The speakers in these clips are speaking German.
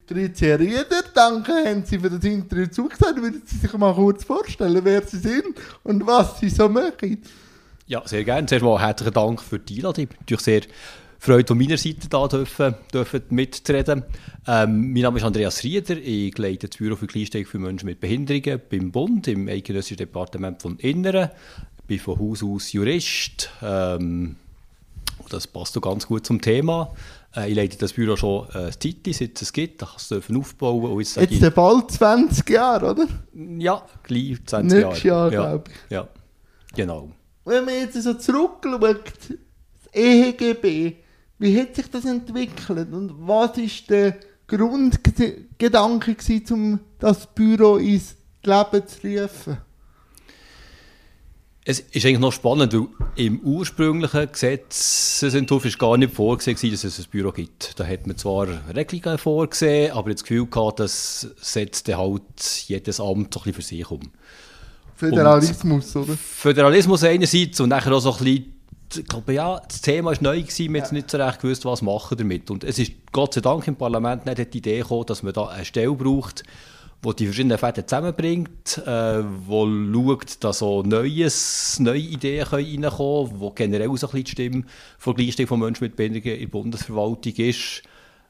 Grüezi, Herr Rieder, danke, haben Sie für das Interview zugesagt. Würden Sie sich mal kurz vorstellen, wer Sie sind und was Sie so machen? Ja, sehr gerne. Zuerst mal herzlichen Dank für die Einladung. Ich bin natürlich sehr gefreut, von meiner Seite da dürfen mitzureden. Mein Name ist Andreas Rieder. Ich leite das Büro für Gleichstellung für Menschen mit Behinderungen beim Bund, im Eidgenössischen Departement von Inneren. Ich bin von Haus aus Jurist. Das passt so ganz gut zum Thema. Ich leite das Büro schon eine Zeit, seit es gibt. Ich durfte es aufbauen. Und jetzt bald 20 Jahre, oder? Ja, gleich 20 Jahre. Nächstes Jahr, glaube ich. Ja, genau. Wenn man jetzt so zurückschaut, das EHGB, wie hat sich das entwickelt und was war der Grundgedanke gewesen, um das Büro ins Leben zu rufen? Es ist eigentlich noch spannend, weil im ursprünglichen Gesetzesentwurf war gar nicht vorgesehen, dass es ein Büro gibt. Da hat man zwar Regelungen vorgesehen, aber das Gefühl gehabt, das setzt halt jedes Amt so ein bisschen für sich um. Föderalismus, oder? Föderalismus einerseits und nachher auch so ein bisschen, ich glaube, ja, das Thema war neu gewesen, wir haben nicht so recht gewusst, was machen damit. Und es ist Gott sei Dank im Parlament nicht die Idee gekommen, dass man da eine Stelle braucht, die verschiedenen Fäden zusammenbringt, die schaut, dass auch neue Ideen reinkommen können, wo generell so ein bisschen die Stimme von Gleichstellung von Menschen mit Behinderungen in der Bundesverwaltung ist.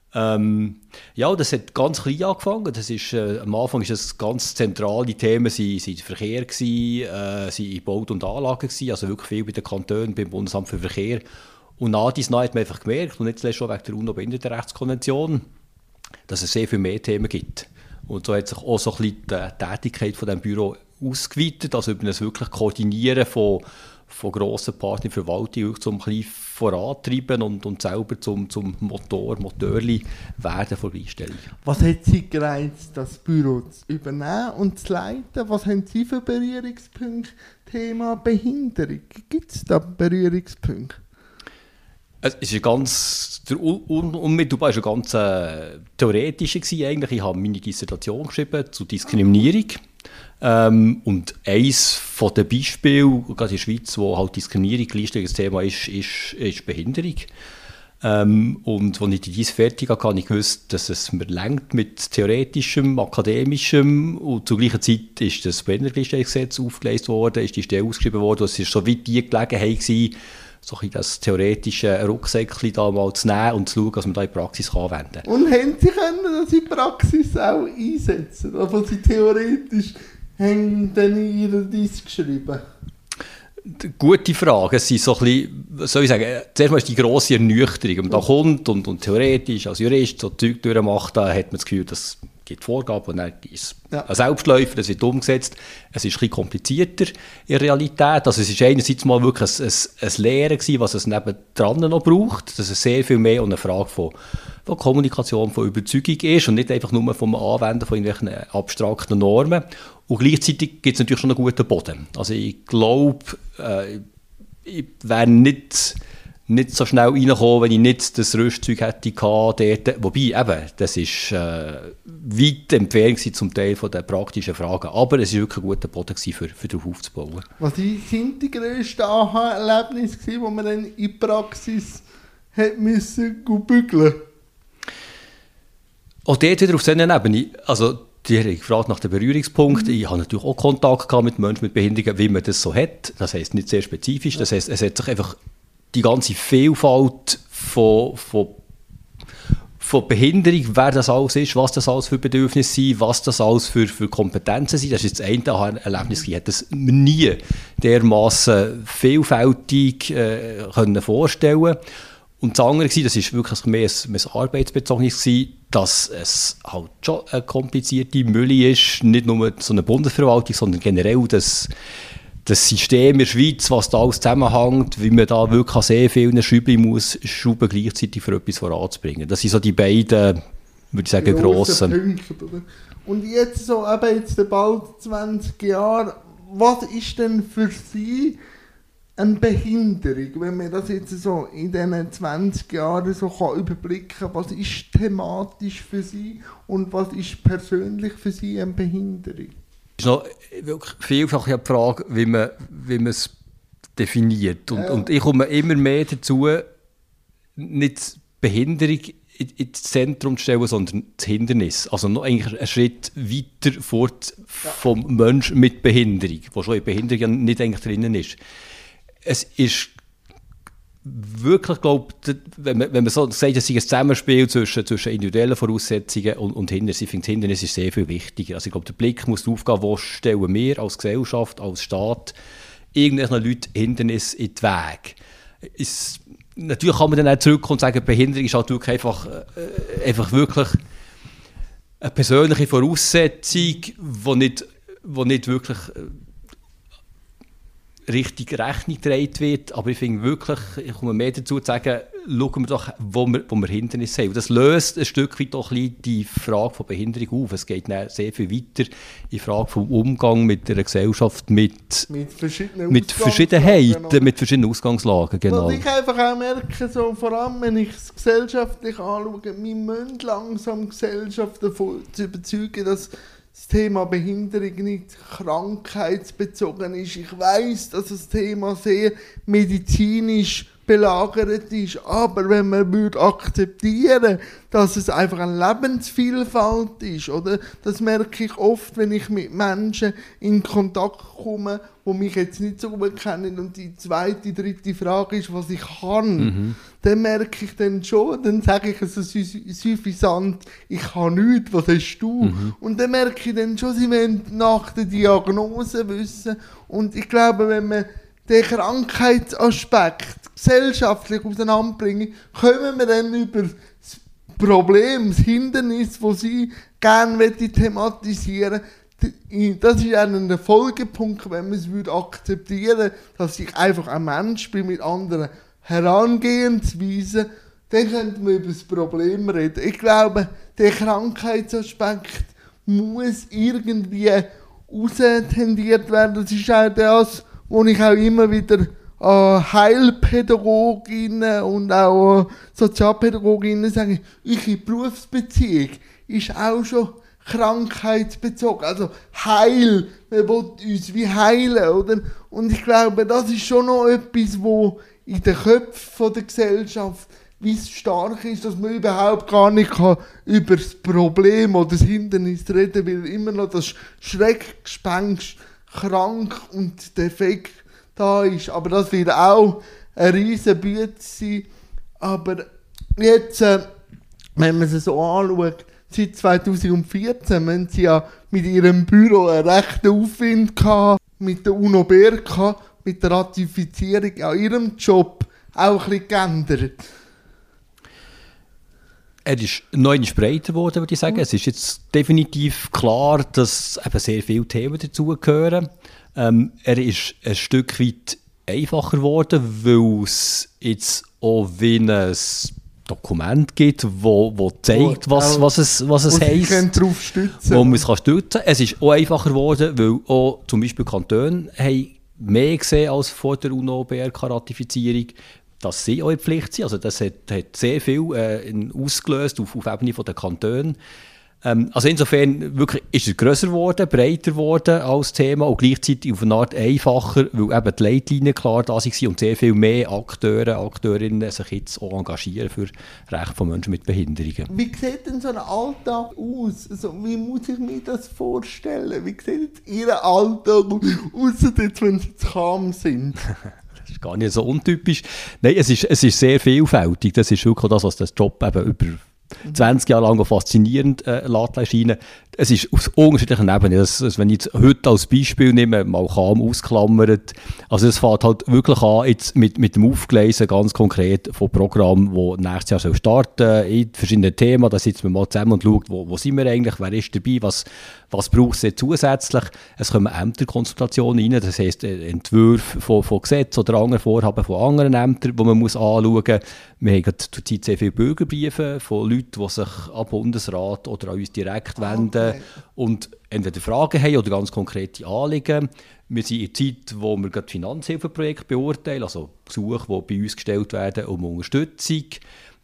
Ja, das hat ganz klein angefangen. Das ist, am Anfang war das ganz zentrale Themen, der Verkehr, sind Baut und Anlagen, also wirklich viel bei den Kantonen, beim Bundesamt für Verkehr. Und nach dies hat man einfach gemerkt, und nicht zuletzt schon wegen der UNO-Behindertenrechtskonvention, dass es sehr viel mehr Themen gibt. Und so hat sich auch so ein bisschen die Tätigkeit von diesem Büro ausgeweitet, also über das wirklich Koordinieren von grossen Partnern in der Verwaltung, um ein bisschen vorantreiben und selber zum Motörli werden von Gleichstellung. Was hat Sie gereizt, das Büro zu übernehmen und zu leiten? Was haben Sie für Berührungspunkte? Thema Behinderung. Gibt es da Berührungspunkte? Es ist unmittelbar ein ganz theoretischer gewesen, eigentlich. Ich habe meine Dissertation geschrieben zu Diskriminierung. Und eines der Beispiele, gerade in der Schweiz, wo halt Diskriminierung Gleichstellungsthema ist Behinderung. Und als ich diese fertig hatte, habe ich gewusst, dass es mir reicht mit theoretischem, akademischem. Und zur gleichen Zeit ist das Behindertengleichstellungsgesetz aufgelesen worden, ist die Stelle ausgeschrieben worden. Es war so wie die Gelegenheit gewesen, so ein das theoretische Rucksäckchen da mal zu nehmen und zu schauen, was man da in der Praxis anwenden kann. Und haben Sie können das in der Praxis auch einsetzen? Oder Sie theoretisch haben dann in Ihrer Disk geschrieben? Gute Frage. Es sind so ein bisschen, soll ich sagen, zuerst mal ist die grosse Ernüchterung. Wenn man da kommt und theoretisch als Jurist so Zeug durchmacht, da hat man das Gefühl, das gibt Vorgaben und dann ist es ein Selbstläufer, das wird umgesetzt. Es ist ein bisschen komplizierter in der Realität. Also es ist einerseits mal wirklich ein Lehren gewesen, was es nebendran noch braucht, dass es sehr viel mehr eine Frage von Kommunikation, von Überzeugung ist und nicht einfach nur vom Anwenden von irgendwelchen abstrakten Normen. Und gleichzeitig gibt es natürlich schon einen guten Boden. Also ich glaube, ich wäre nicht so schnell reingekommen, wenn ich nicht das Rüstzeug hätte gehabt dort. Wobei, eben, das ist weit entfernt zum Teil von den praktischen Fragen. Aber es war wirklich ein guter Boden für darauf aufzubauen. Was sind die grössten Aha-Erlebnisse, die man dann in der Praxis hat müssen bügeln? Auch dort wieder auf dieser Ebene. Also, die haben gefragt nach den Berührungspunkten. Ich habe natürlich auch Kontakt gehabt mit Menschen mit Behinderungen, wie man das so hat. Das heisst nicht sehr spezifisch. Das heisst, es hat sich einfach die ganze Vielfalt von Behinderung, wer das alles ist, was das alles für Bedürfnisse sind, was das alles für Kompetenzen sind. Das ist das eine Erlebnis. Ich hätte das nie dermassen vielfältig können vorstellen. Und das andere war, das war wirklich mehr ein arbeitsbezogenes, dass es halt schon eine komplizierte Mühle ist, nicht nur so eine Bundesverwaltung, sondern generell das System in der Schweiz, was da alles zusammenhängt, wie man da wirklich an sehr vielen Schübeln muss schrauben, gleichzeitig für etwas voranzubringen. Das sind so die beiden, würde ich sagen, grossen Punkte, oder? Und jetzt so, eben jetzt bald 20 Jahre, was ist denn für Sie eine Behinderung, wenn man das jetzt so in diesen 20 Jahren so überblicken kann, was ist thematisch für Sie und was ist persönlich für Sie eine Behinderung? Es ist noch wirklich vielfach die Frage, wie man es definiert. Und ich komme immer mehr dazu, nicht Behinderung ins Zentrum zu stellen, sondern das Hindernis. Also noch eigentlich einen Schritt weiter fort vom Menschen mit Behinderung, der schon in Behinderung ja nicht eigentlich drinnen ist. Es ist wirklich, glaube ich, wenn man so sagt, es ist ein Zusammenspiel zwischen individuellen Voraussetzungen und Hindernissen. Ich finde, das Hindernis ist sehr viel wichtiger. Also ich glaube, der Blick muss darauf gehen, wo stellen wir als Gesellschaft, als Staat irgendwelchen Leuten Hindernisse in den Weg. Natürlich kann man dann auch zurückkommen und sagen, Behinderung ist halt wirklich einfach wirklich eine persönliche Voraussetzung, die nicht wirklich richtig Rechnung getragen wird. Aber ich finde wirklich, ich komme mehr dazu zu sagen, schauen wir doch, wo wir Hindernisse haben. Und das löst ein Stück weit auch die Frage von Behinderung auf. Es geht dann sehr viel weiter in die Frage vom Umgang mit der Gesellschaft, mit Verschiedenheiten, mit verschiedenen Ausgangslagen. Genau. Was ich einfach auch merke, so, vor allem wenn ich es gesellschaftlich anschaue, wir müssen langsam die Gesellschaft davon zu überzeugen, dass das Thema Behinderung nicht krankheitsbezogen ist. Ich weiss, dass das Thema sehr medizinisch belagert ist, aber wenn man würde akzeptieren, dass es einfach eine Lebensvielfalt ist, oder? Das merke ich oft, wenn ich mit Menschen in Kontakt komme, die mich jetzt nicht so gut kennen und die zweite, dritte Frage ist, was ich kann. Dann merke ich dann schon, dann sage ich so suffisant, ich kann nichts, was hast du? Und dann merke ich dann schon, sie wollen nach der Diagnose wissen. Und ich glaube, wenn man den Krankheitsaspekt gesellschaftlich auseinanderbringen, kommen wir dann über das Problem, das Hindernis, das sie gerne thematisieren möchten. Das ist ein Folgepunkt, wenn man es akzeptieren würde, dass ich einfach ein Mensch bin mit anderen Herangehensweisen, dann könnte man über das Problem reden. Ich glaube, der Krankheitsaspekt muss irgendwie austendiert werden. Das ist auch das, wo ich auch immer wieder Heilpädagoginnen und auch Sozialpädagoginnen sage, unsere Berufsbeziehung ist auch schon krankheitsbezogen. Also Heil, man will uns wie heilen, oder? Und ich glaube, das ist schon noch etwas, wo in den Köpfen der Gesellschaft wie es stark ist, dass man überhaupt gar nicht über das Problem oder das Hindernis reden will. Immer noch das Schreckgespenst krank und defekt da ist. Aber das wird auch eine riesen Bühne sein. Aber jetzt, wenn man es so anschaut, seit 2014 haben sie ja mit ihrem Büro einen rechten Aufwind gehabt, mit der UNO BRK, mit der Ratifizierung an ihrem Job auch ein bisschen geändert. Er ist neu breiter geworden, würde ich sagen. Es ist jetzt definitiv klar, dass eben sehr viele Themen dazugehören. Er ist ein Stück weit einfacher geworden, weil es jetzt auch wie ein Dokument gibt, wo zeigt, was es heisst. Darauf stützen. Wo man es stützen kann. Es ist auch einfacher geworden, weil auch zum Beispiel Kantone haben mehr gesehen als vor der UNO-BRK-Ratifizierung, dass sie auch in Pflicht sind. Also das hat sehr viel ausgelöst auf Ebene der Kantone. Also insofern wirklich ist es grösser geworden, breiter geworden als Thema und gleichzeitig auf eine Art einfacher, weil eben die Leitlinien klar da waren und sehr viel mehr Akteurinnen sich jetzt auch engagieren für Rechte von Menschen mit Behinderungen. Wie sieht denn so ein Alltag aus? Also, wie muss ich mir das vorstellen? Wie sieht jetzt Ihr Alltag aus, ausser jetzt, wenn Sie zu Cham sind? Das ist gar nicht so untypisch. Nein, es ist sehr vielfältig. Das ist wirklich das, was das Job eben über 20 Jahre lang faszinierend erscheinen. Es ist auf unterschiedlichen Ebenen. Wenn ich jetzt heute als Beispiel nehme, mal Cham ausklammert, also es fängt halt wirklich an jetzt mit dem Aufgleisen ganz konkret von Programmen, die nächstes Jahr starten in verschiedenen Themen. Da sitzen wir mal zusammen und schauen, wo sind wir eigentlich, wer ist dabei, was braucht es zusätzlich. Es kommen Ämterkonsultationen rein, das heisst Entwürfe von Gesetzen oder anderen Vorhaben von anderen Ämtern, die man anschauen muss. Wir haben zurzeit sehr viele Bürgerbriefe von Leuten, die sich an den Bundesrat oder an uns direkt wenden und entweder Fragen haben oder ganz konkrete Anliegen. Wir sind in der Zeit, wo wir gerade Finanzhilfeprojekte beurteilen, also Gesuche, die bei uns gestellt werden um Unterstützung.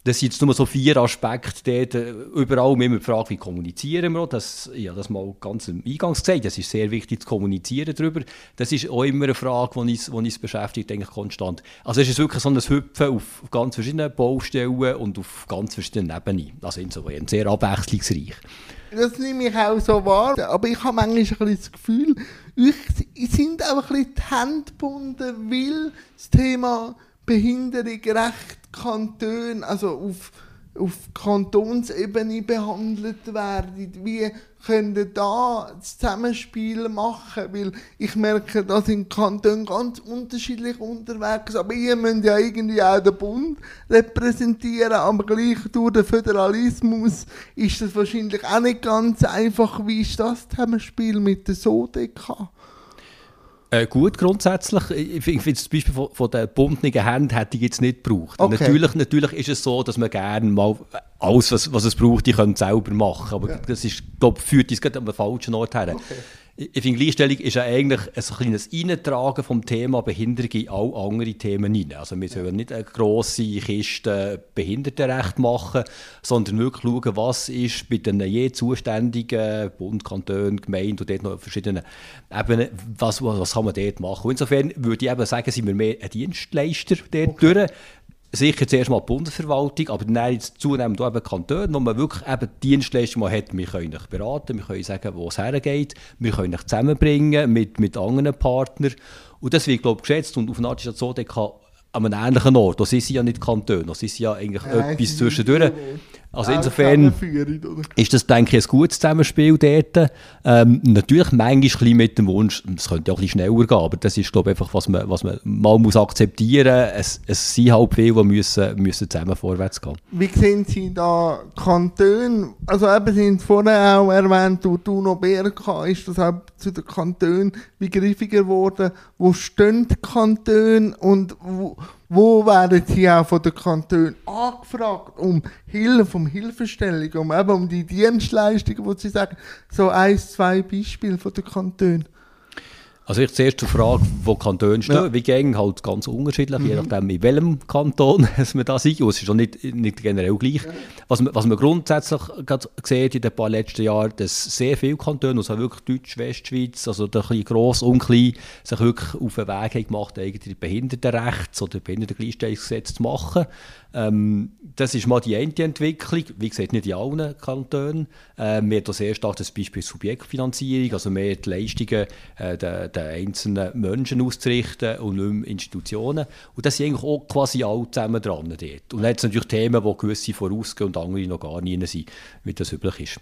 Das sind jetzt nur so 4 Aspekte dort. Überall immer die Frage, wie kommunizieren wir. Das mal ganz am Eingangs gesagt. Das ist sehr wichtig zu kommunizieren darüber. Das ist auch immer eine Frage, die uns beschäftigt, denke ich, konstant. Also es ist wirklich so ein Hüpfen auf ganz verschiedenen Baustellen und auf ganz verschiedenen Ebenen. Also insofern sehr abwechslungsreich. Das nehme ich auch so wahr. Aber ich habe manchmal ein bisschen das Gefühl, euch sind auch ein bisschen die Hände gebunden, weil das Thema Behinderung recht Kanton, also auf Kantonsebene behandelt werden. Wie können da das Zusammenspiel machen? Weil ich merke, da sind Kantone ganz unterschiedlich unterwegs, aber ihr müsst ja irgendwie auch den Bund repräsentieren, aber gleich durch den Föderalismus ist das wahrscheinlich auch nicht ganz einfach. Wie ist das Zusammenspiel mit der SODK? Gut, grundsätzlich. Ich finde das Beispiel von den gebundenen Händen hätte ich jetzt nicht gebraucht. Okay. Natürlich ist es so, dass man gerne mal alles, was es braucht, die können selber machen. Aber ja, das ist, glaube, führt uns gerade an den falschen Ort her. Okay. Ich finde, Gleichstellung ist ja eigentlich ein kleines Eintragen vom Thema Behinderung in alle anderen Themen hinein. Also wir sollen nicht eine grosse Kiste Behindertenrecht machen, sondern wirklich schauen, was ist bei den je zuständigen Bund, Kanton, Gemeinden und dort noch verschiedenen Ebenen, was kann man dort machen. Und insofern würde ich eben sagen, sind wir mehr ein Dienstleister dort durch. Sicher zuerst mal die Bundesverwaltung, aber dann jetzt zunehmend auch eben Kantone, wo man wirklich eben Dienstleistungen hat. Wir können euch beraten, wir können sagen, wo es hergeht, wir können euch zusammenbringen mit anderen Partnern. Und das wird, glaube ich, geschätzt. Und auf eine Art ist das so, an einem ähnlichen Ort. Das ist ja nicht Kantone, das ist ja eigentlich etwas zwischendurch. Also insofern ist das, denke ich, ein gutes Zusammenspiel dort. Natürlich manchmal ein bisschen mit dem Wunsch, es könnte auch ein bisschen schneller gehen, aber das ist, glaube ich, einfach, was man mal muss akzeptieren muss. Es sind halt viele, die müssen zusammen vorwärts gehen. Wie sehen Sie da Kantone? Also eben, Sie haben es vorher auch erwähnt, durch die UNO-BRK ist das auch zu den Kantonen begrifflicher geworden. Wo stehen die Kantone und wo werden Sie auch von den Kantonen angefragt um Hilfe, um Hilfestellung, um die Dienstleistungen, wo Sie sagen, so 1-2 Beispiele von den Kantonen? Also ich zuerst zur Frage, wo Kantone stehen. Ja. Wie gehen halt ganz unterschiedlich, je nachdem in welchem Kanton man da ist. Und es ist auch nicht generell gleich. Ja. Was man grundsätzlich sieht in den paar letzten Jahren, dass sehr viele Kantone, also wirklich Deutsch, Westschweiz, also der gross und klein, sich wirklich auf den Weg haben gemacht, eigentlich Behindertenrechts- oder Behindertengleichstellungsgesetz zu machen. Das ist mal die eine Entwicklung, wie gesagt, nicht in allen Kantonen. Wir haben da sehr stark das Beispiel Subjektfinanzierung, also mehr die Leistungen den einzelnen Menschen auszurichten und nicht mehr Institutionen. Und das sind eigentlich auch quasi alle zusammen dran dort. Und dann hat es natürlich Themen, wo gewisse vorausgehen und andere noch gar nicht sind, wie das üblich ist.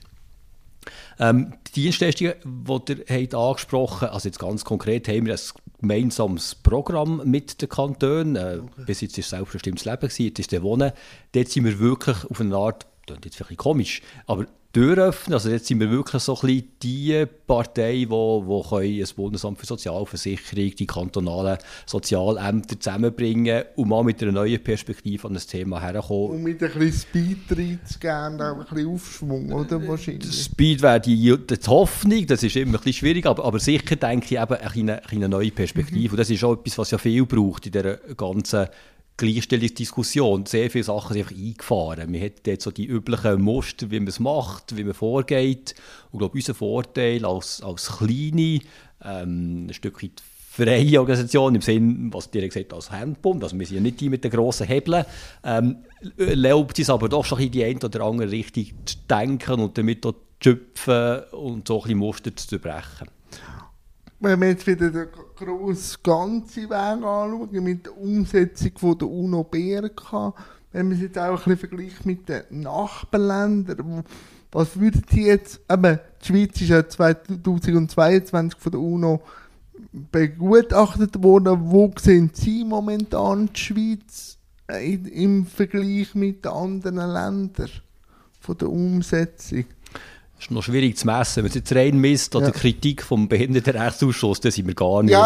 Die Dienstleistungen, die ihr habt angesprochen habt, also jetzt ganz konkret haben wir ein gemeinsames Programm mit den Kantonen. Okay. Bis jetzt war es selbstbestimmtes Leben, jetzt ist der Wohnen. Dort sind wir wirklich auf eine Art, das ist jetzt vielleicht komisch, aber Tür öffnen. Also jetzt sind wir wirklich so ein bisschen die Partei, die das Bundesamt für Sozialversicherung, die kantonalen Sozialämter zusammenbringen und mal mit einer neuen Perspektive an das Thema herkommen. Und mit ein bisschen Speed reinzugeben, auch ein bisschen Aufschwung, oder? Wahrscheinlich. Speed wäre die Hoffnung, das ist immer ein bisschen schwierig, aber sicher denke ich eben eine neue Perspektive. Und das ist auch etwas, was ja viel braucht in dieser ganzen Gleichstellungsdiskussion. Sehr viele Sachen sind einfach eingefahren. Wir haben jetzt so die üblichen Muster, wie man es macht, wie man vorgeht. Und ich glaube, unser Vorteil als kleine, ein Stück weit freie Organisation, im Sinne, was dir gesagt als Handbund, also wir sind ja nicht die mit den grossen Hebeln, erlaubt es aber doch schon in die eine oder andere Richtung zu denken und damit auch zu schöpfen und so ein bisschen Muster zu durchbrechen. Wenn wir jetzt wieder den grossen ganzen Weg anschauen, mit der Umsetzung von der UNO-BRK, wenn man es jetzt auch ein bisschen vergleicht mit den Nachbarländern, was würden Sie jetzt, eben, die Schweiz ist ja 2022 von der UNO begutachtet worden, wo sehen Sie momentan die Schweiz im Vergleich mit den anderen Ländern von der Umsetzung? Das ist noch schwierig zu messen. Wenn es jetzt rein misst an der Kritik vom Behindertenrechtsausschuss, dann sind wir gar nicht,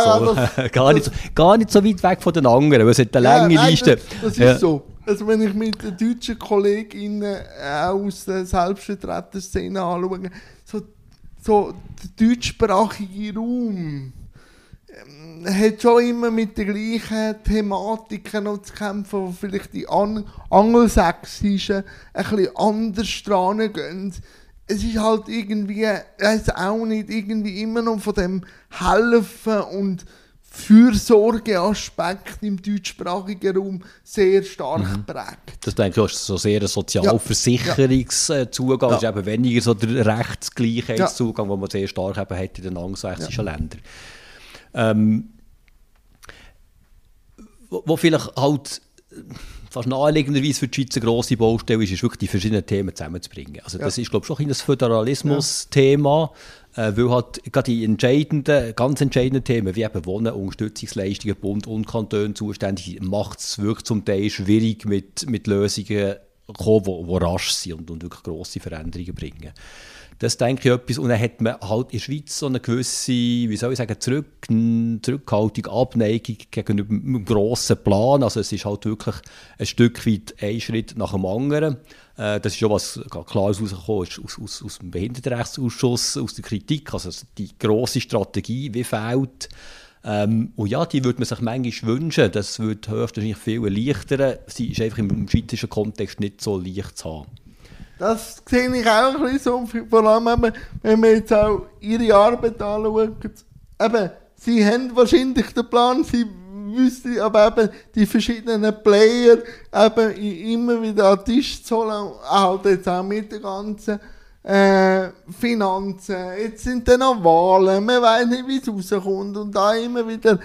gar nicht so weit weg von den anderen. Es hat eine lange Liste. Das ist so. Also wenn ich mit den deutschen KollegInnen aus der selbstvertretenen Szene anschaue, so der deutschsprachige Raum hat schon immer mit den gleichen Thematiken noch zu kämpfen, wo vielleicht die angelsächsischen ein bisschen anders dran gehen. Es ist halt irgendwie, auch nicht, irgendwie immer noch von dem Helfen und Fürsorgeaspekt im deutschsprachigen Raum sehr stark prägt. Das denke ich, ist so sehr ein Sozialversicherungszugang, ist eben weniger so der Rechtsgleichheitszugang, den man sehr stark eben hat in den angelsächsischen Ländern. Wo vielleicht halt fast naheliegenderweise für die Schweiz eine grosse Baustelle ist wirklich die verschiedenen Themen zusammenzubringen. Also das ist, glaube ich, schon ein Föderalismus-Thema, weil halt gerade die ganz entscheidenden Themen, wie eben Wohnen, Unterstützungsleistungen, Bund und Kanton zuständig, macht es wirklich zum Teil schwierig, mit Lösungen zu kommen, die rasch sind und wirklich grosse Veränderungen bringen. Das denke ich etwas. Und dann hat man halt in der Schweiz so eine gewisse, wie soll ich sagen, Zurückhaltung, Abneigung gegenüber einem grossen Plan. Also es ist halt wirklich ein Stück weit ein Schritt nach dem anderen. Das ist schon was klar rausgekommen ist aus dem Behindertenrechtsausschuss, aus der Kritik. Also die grosse Strategie, wie fehlt. Und ja, die würde man sich manchmal wünschen. Das würde höchstwahrscheinlich viel erleichtern. Sie ist einfach im schweizerischen Kontext nicht so leicht zu haben. Das sehe ich auch ein bisschen so, vor allem wenn man jetzt auch ihre Arbeit anschaut. Eben, sie haben wahrscheinlich den Plan, sie wüssten aber eben die verschiedenen Player eben immer wieder an den Tisch zu holen, halt jetzt auch mit den ganzen Finanzen. Jetzt sind dann noch Wahlen, man weiß nicht, wie es rauskommt und da immer wieder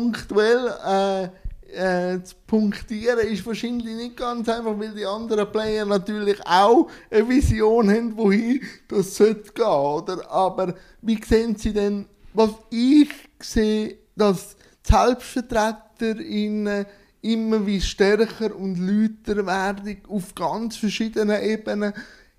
punktuell zu punktieren ist wahrscheinlich nicht ganz einfach, weil die anderen Player natürlich auch eine Vision haben, wohin das sollte gehen, oder? Aber wie sehen Sie denn, was ich sehe, dass die SelbstvertreterInnen immer wie stärker und lauter werden auf ganz verschiedenen Ebenen.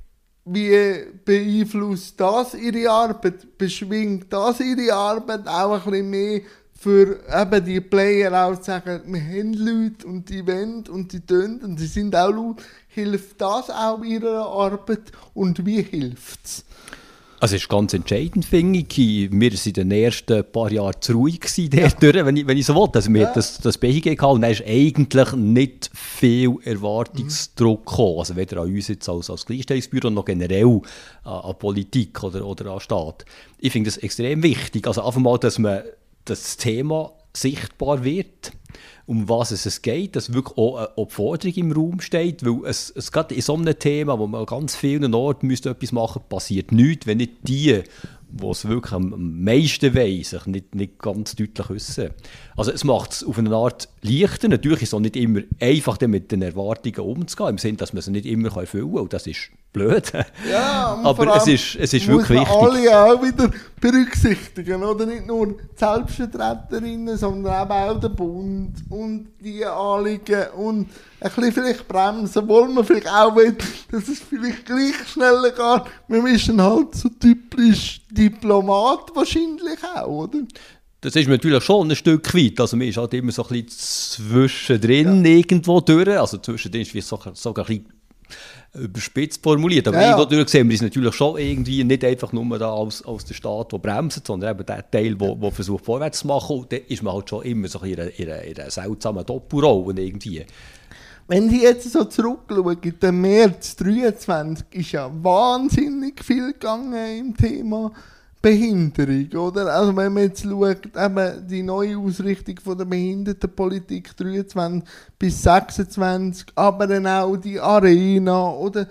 Wie beeinflusst das ihre Arbeit? Beschwingt das ihre Arbeit auch ein bisschen mehr für eben die Player auch zu sagen, wir haben Leute und die wollen und die tun und sie sind auch laut. Hilft das auch ihrer Arbeit und wie hilft es? Also es ist ganz entscheidend, finde ich. Wir waren in den ersten paar Jahren zu ruhig gewesen, wenn ich so will. Also wir hatten das BIG gehabt und dann ist eigentlich nicht viel Erwartungsdruck gekommen. Also weder an uns jetzt als Gleichstellungsbüro noch generell an Politik oder an Staat. Ich finde das extrem wichtig. Also einfach mal, dass das Thema sichtbar wird, um was es geht, dass wirklich auch eine Forderung im Raum steht, weil es gerade in so einem Thema, wo man an ganz vielen Orten etwas machen müsste, passiert nichts, wenn nicht die es wirklich am meisten wollen, sich nicht ganz deutlich wissen. Also es macht es auf eine Art leichter. Natürlich ist es auch nicht immer einfach, mit den Erwartungen umzugehen, im Sinne, dass man sie nicht immer erfüllen kann. Und das ist blöd. Ja, aber es ist wirklich wichtig. Alle auch wieder berücksichtigen, oder? Nicht nur die Selbstvertreterinnen, sondern eben auch der Bund und die Anliegen und ein bisschen vielleicht bremsen, obwohl man vielleicht auch will, dass es vielleicht gleich schneller geht. Wir müssen halt so typisch Diplomat wahrscheinlich auch, oder? Das ist natürlich schon ein Stück weit. Also man ist halt immer so ein bisschen zwischendrin irgendwo durch. Also zwischendrin ist es sogar ein bisschen überspitzt formuliert. Aber irgendwo durch sehen wir es natürlich schon irgendwie nicht einfach nur da aus der Staat, der bremst, sondern eben der Teil, der versucht vorwärts zu machen. Und dann ist man halt schon immer so in einer seltsamen Doppelrolle irgendwie. Wenn Sie jetzt so zurückschauen, im März 2023 ist ja wahnsinnig viel gegangen im Thema Behinderung, oder? Also wenn man jetzt schaut, eben die neue Ausrichtung von der Behindertenpolitik 23 bis 26, aber dann auch die Arena oder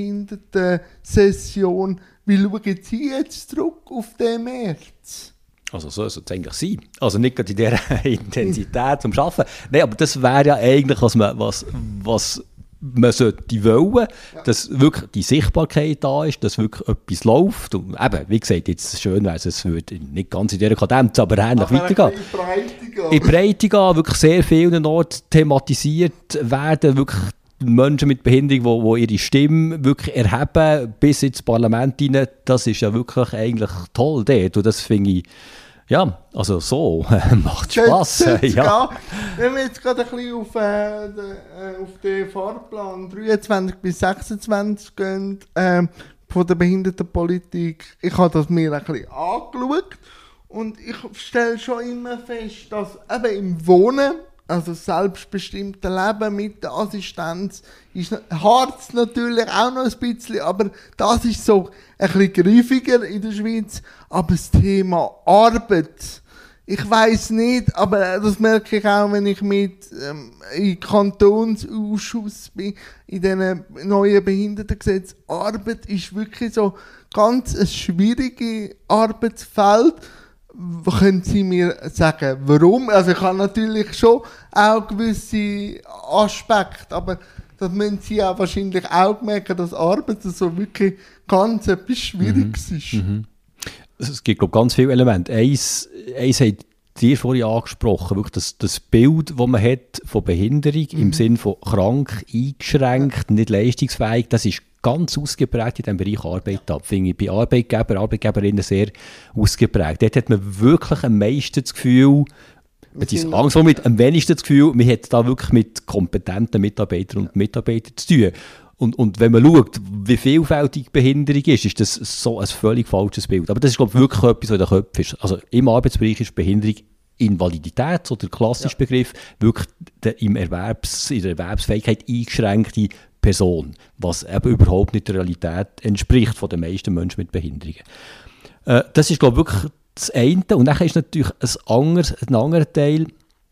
Behindertensession. Wie schauen Sie jetzt zurück auf den März? Also so sollte es eigentlich sein. Also nicht gerade in dieser Intensität zum Arbeiten. Nein, aber das wäre ja eigentlich, was man sollte wollen, dass wirklich die Sichtbarkeit da ist, dass wirklich etwas läuft. Und eben, wie gesagt, jetzt schön wäre es würde nicht ganz in dieser Kadenz, aber ähnlich weitergehen. In Breite gehen, wirklich sehr vielen Orten thematisiert werden, wirklich Menschen mit Behinderung, die ihre Stimme wirklich erheben, bis ins Parlament hinein, das ist ja wirklich eigentlich toll dort. Und das finde ich, ja, also so macht Spass. Ja. Wenn wir jetzt gerade ein bisschen auf den Fahrplan 23 bis 26 gehen, von der Behindertenpolitik, ich habe das mir ein bisschen angeschaut Und ich stelle schon immer fest, dass eben im Wohnen, also selbstbestimmte Leben mit der Assistenz, hart es natürlich auch noch ein bisschen, aber das ist so ein bisschen griffiger in der Schweiz. Aber das Thema Arbeit, ich weiss nicht, aber das merke ich auch, wenn ich mit im Kantonsausschuss bin, in diesen neuen Behindertengesetz. Arbeit ist wirklich so ganz ein schwieriges Arbeitsfeld. Können Sie mir sagen, warum? Also ich habe natürlich schon auch gewisse Aspekte, aber das müssen Sie auch wahrscheinlich auch merken, dass Arbeit so wirklich ganz etwas Schwieriges ist. Es gibt, glaube ich, ganz viele Elemente. Eins hat dir vorhin angesprochen, wirklich das Bild, das man hat von Behinderung im Sinne von krank, eingeschränkt, nicht leistungsfähig, das ist ganz ausgeprägt in diesem Bereich Arbeit ab. Finde ich bei Arbeitgeberinnen sehr ausgeprägt. Dort hat man wirklich am meisten das Gefühl, andersrum mit am wenigsten das Gefühl, man hat da wirklich mit kompetenten Mitarbeitern und Mitarbeitern zu tun. Und wenn man schaut, wie vielfältig Behinderung ist das so ein völlig falsches Bild. Aber das ist, glaube ich, wirklich etwas, was in den Köpfen ist. Also im Arbeitsbereich ist Behinderung Invalidität, so der klassische Begriff, wirklich in der Erwerbsfähigkeit eingeschränkte Person, was eben überhaupt nicht der Realität entspricht von den meisten Menschen mit Behinderungen. Das ist, glaube ich, wirklich das eine. Und dann ist natürlich ein anderer Teil,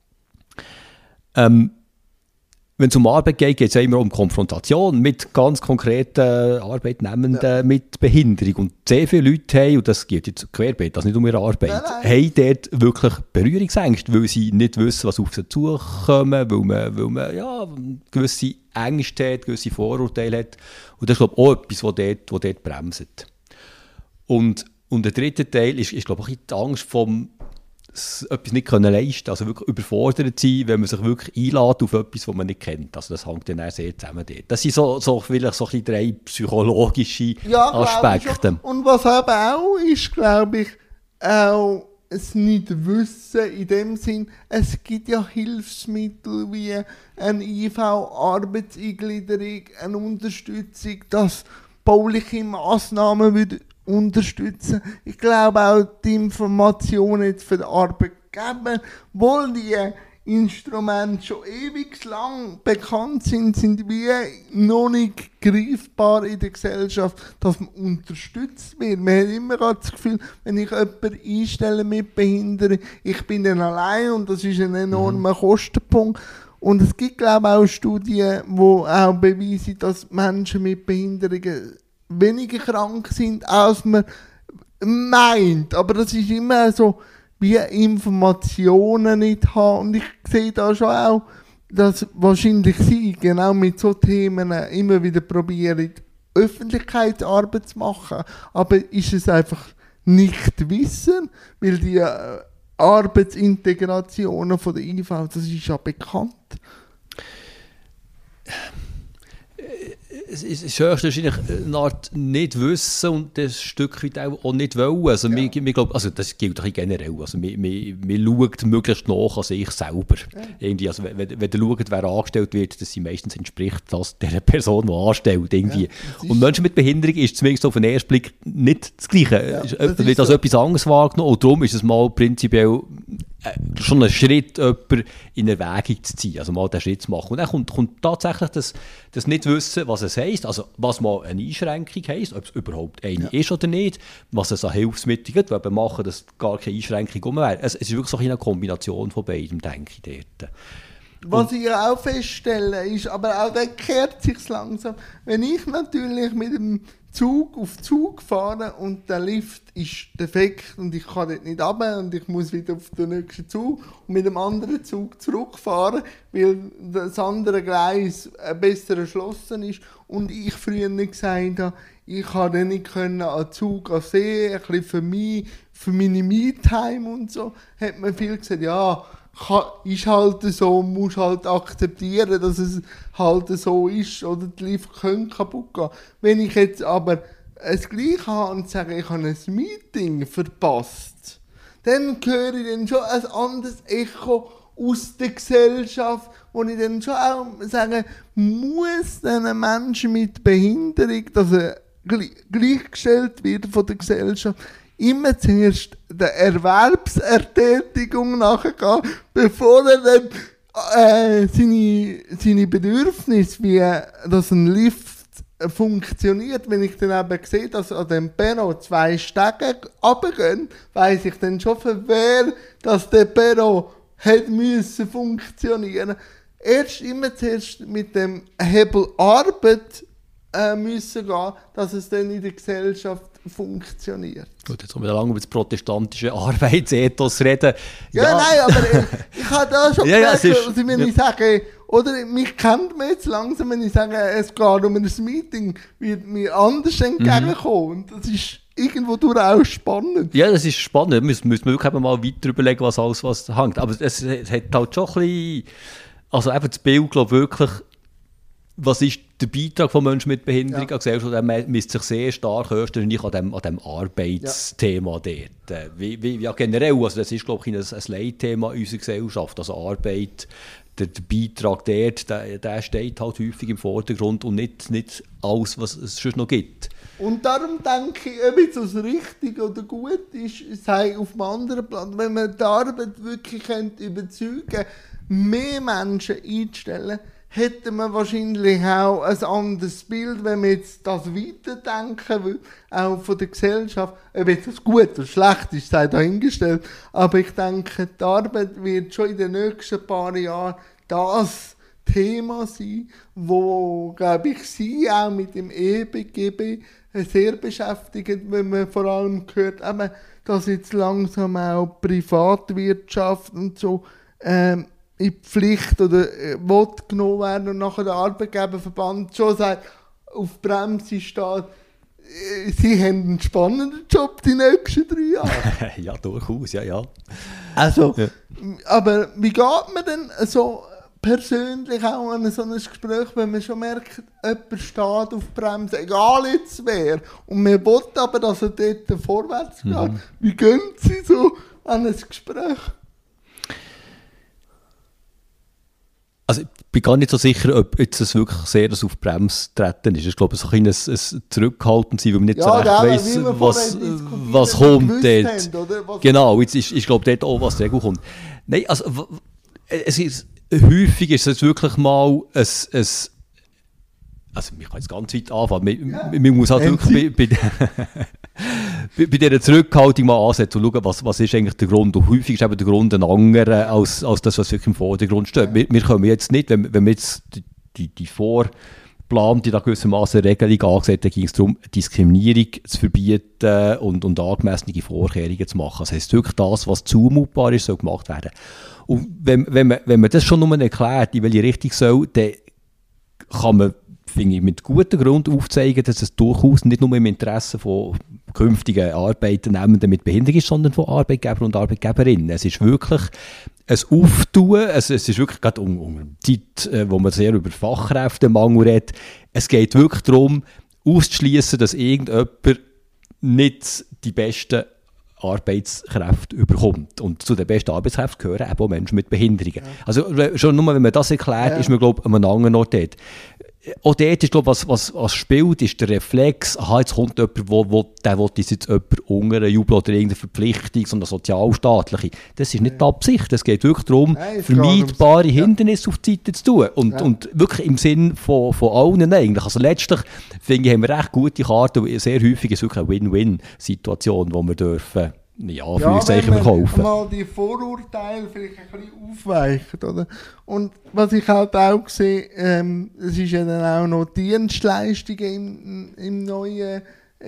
wenn es um Arbeit geht, geht es ja immer um Konfrontation mit ganz konkreten Arbeitnehmenden mit Behinderung. Und sehr viele Leute haben, und das geht jetzt querbeet, das nicht um ihre Arbeit, haben dort wirklich Berührungsängste, weil sie nicht wissen, was auf sie zukommt, weil man ja, gewisse Ängste hat, gewisse Vorurteile hat. Und das ist, glaube ich, auch etwas, was dort bremst. Und der dritte Teil ist glaube ich, die Angst vom etwas nicht leisten können, also wirklich überfordert sein, wenn man sich wirklich einlädt auf etwas, was man nicht kennt. Also das hängt dann auch sehr zusammen dort. Das sind so vielleicht so ein bisschen 3 psychologische Aspekte. Und was eben auch ist, glaube ich, auch es nicht wissen in dem Sinn, es gibt ja Hilfsmittel wie eine IV-Arbeitseingliederung, eine Unterstützung, dass bauliche Massnahmen würde unterstützen. Ich glaube auch die Informationen jetzt für den Arbeitgeber, obwohl die Instrumente schon ewig lang bekannt sind wie noch nicht greifbar in der Gesellschaft, dass man unterstützt wird. Man hat immer das Gefühl, wenn ich jemanden einstelle mit Behinderung, ich bin dann allein und das ist ein enormer Kostenpunkt. Und es gibt, glaube ich, auch Studien, die auch beweisen, dass Menschen mit Behinderungen weniger krank sind, als man meint. Aber das ist immer so, wie Informationen nicht haben. Und ich sehe da schon auch, dass wahrscheinlich Sie genau mit so Themen immer wieder probieren, Öffentlichkeitsarbeit zu machen. Aber ist es einfach nicht Wissen, weil die Arbeitsintegrationen von der IV, das ist ja bekannt. Es ist höchstwahrscheinlich eine Art nicht wissen und ein Stück weit auch nicht wollen. Also, wir glauben, also das gilt auch generell. Also, wir schauen möglichst nach an sich selber. Irgendwie, also, wenn ihr schaut, wer angestellt wird, das meistens entspricht das der Person, die anstellt. Irgendwie. Und Menschen mit Behinderung ist zumindest auf den ersten Blick nicht das Gleiche. Es wird als etwas anderes wahrgenommen und darum ist es mal prinzipiell schon ein Schritt, jemanden in Erwägung zu ziehen, also mal den Schritt zu machen. Und dann kommt tatsächlich das Nicht-Wissen, was es heisst, also was mal eine Einschränkung heisst, ob es überhaupt eine ist oder nicht, was es an Hilfsmitteln gibt, die machen, dass gar keine Einschränkung wäre. Es ist wirklich so eine Kombination von beidem, denke ich dort. Was ich auch feststelle, ist, aber auch dann kehrt sich langsam, wenn ich natürlich mit dem Zug auf Zug fahre und der Lift ist defekt und ich kann dort nicht runter und ich muss wieder auf den nächsten Zug und mit dem anderen Zug zurückfahren, weil das andere Gleis besser erschlossen ist und ich früher nicht gesagt habe, ich konnte nicht an den Zug sehen, ein bisschen für meine Me-Time und so, hat man viel gesagt, ja, ist halt so, muss halt akzeptieren, dass es halt so ist oder die Lift können kaputt gehen. Wenn ich jetzt aber es gleich habe und sage, ich habe ein Meeting verpasst, dann höre ich dann schon ein anderes Echo aus der Gesellschaft, wo ich dann schon auch sage, muss diesen Menschen mit Behinderung, dass er gleichgestellt wird von der Gesellschaft, immer zuerst der Erwerbsertätigung nachgehen, bevor er dann seine Bedürfnisse, wie dass ein Lift funktioniert. Wenn ich dann eben sehe, dass an dem Perro 2 Stege runtergehen, weiss ich dann schon, für wer dass der Perro hätte müssen funktionieren. Erst immer zuerst mit dem Hebel Arbeit müssen gehen, dass es dann in der Gesellschaft funktioniert. Gut, jetzt können wir lange über das protestantische Arbeitsethos reden. Ja, nein, aber ich habe da schon gemerkt, wenn ich sage, oder mich kennt man jetzt langsam, wenn ich sage, es geht um ein Meeting, wird mir anders entgegenkommen. Und das ist irgendwo durch auch spannend. Ja, das ist spannend. Müssen wir wirklich mal weiter überlegen, was alles was hängt. Aber es hat halt schon ein bisschen, also eben das Bild, glaube ich, wirklich, was ist der Beitrag von Menschen mit Behinderung an Gesellschaft, der misst sich sehr stark an dem Arbeitsthema dort. Wie generell, also das ist, glaube ich, ein Leitthema unserer Gesellschaft, also Arbeit, der Beitrag dort, der steht halt häufig im Vordergrund und nicht alles, was es schon noch gibt. Und darum denke ich, ob es richtig oder gut ist, sei auf dem anderen Plan. Wenn man die Arbeit wirklich überzeugen könnte, mehr Menschen einzustellen, hätte man wahrscheinlich auch ein anderes Bild, wenn man jetzt das weiterdenken will, auch von der Gesellschaft. Ob jetzt das gut oder schlecht ist, sei dahingestellt. Aber ich denke, die Arbeit wird schon in den nächsten paar Jahren das Thema sein, wo, glaube ich, Sie auch mit dem EBGB sehr beschäftigt, wenn man vor allem hört, eben, dass jetzt langsam auch Privatwirtschaft und so in die Pflicht oder will genommen werden und nachher der Arbeitgeberverband schon sagt, auf Bremse steht, Sie haben einen spannenden Job die nächsten 3 Jahre. Ja, durchaus, ja. Also, aber wie geht man denn so persönlich auch an so ein Gespräch, wenn man schon merkt, jemand steht auf Bremse, egal jetzt wer, und man will aber, dass er dort vorwärts geht. Wie gehen Sie so an ein Gespräch? Also ich bin gar nicht so sicher, ob jetzt es wirklich sehr das auf die Bremse treten ist. Ich glaube, es ist ein Zurückhaltend sein, weil man nicht so recht weiss, was kommt dort. Genau, jetzt ist glaube dort auch, was sehr gut kommt. Nein, also häufig ist es wirklich mal also ich kann jetzt ganz weit anfangen. Man muss halt wirklich bei dieser Zurückhaltung mal ansetzen und schauen, was ist eigentlich der Grund. Und häufig ist eben der Grund ein anderer als das, was wirklich im Vordergrund steht. Wir können jetzt nicht, wenn wir jetzt die vorgeplante, da gewissermaßen Regelung angesehen, dann ging es darum, Diskriminierung zu verbieten und angemessene Vorkehrungen zu machen. Das heisst, wirklich das, was zumutbar ist, soll gemacht werden. Und wenn man das schon nur erklärt, in welche Richtung soll, dann kann man, finde ich, mit gutem Grund aufzeigen, dass es durchaus nicht nur im Interesse von künftigen Arbeitnehmenden mit Behinderung ist, sondern von Arbeitgebern und Arbeitgeberinnen. Es ist wirklich ein Auftun, es ist wirklich gerade um die Zeit, wo man sehr über Fachkräftemangel redet. Es geht wirklich darum, auszuschließen, dass irgendjemand nicht die besten Arbeitskräfte überkommt. Und zu den besten Arbeitskräften gehören eben auch Menschen mit Behinderungen. Ja. Also schon nur, wenn man das erklärt, ist man, glaube ich, an einem anderen Ort dort. Auch dort ist, glaube ich, was spielt, ist der Reflex, aha, jetzt kommt jemand, der will jetzt jemand unter jubeln oder irgendeine Verpflichtung, sondern sozialstaatliche. Das ist nicht die Absicht. Es geht wirklich darum, vermeidbare Hindernisse auf die Seite zu tun. Und wirklich im Sinn von allen eigentlich. Also letztlich, finde ich, haben wir recht gute Karten. Sehr häufig ist es wirklich eine Win-Win-Situation, die wir dürfen. Ja, Führungszeichen verkaufen. Wenn man mal die Vorurteile vielleicht ein bisschen aufweichen, oder? Und was ich halt auch sehe, es ist ja dann auch noch Dienstleistungen im neuen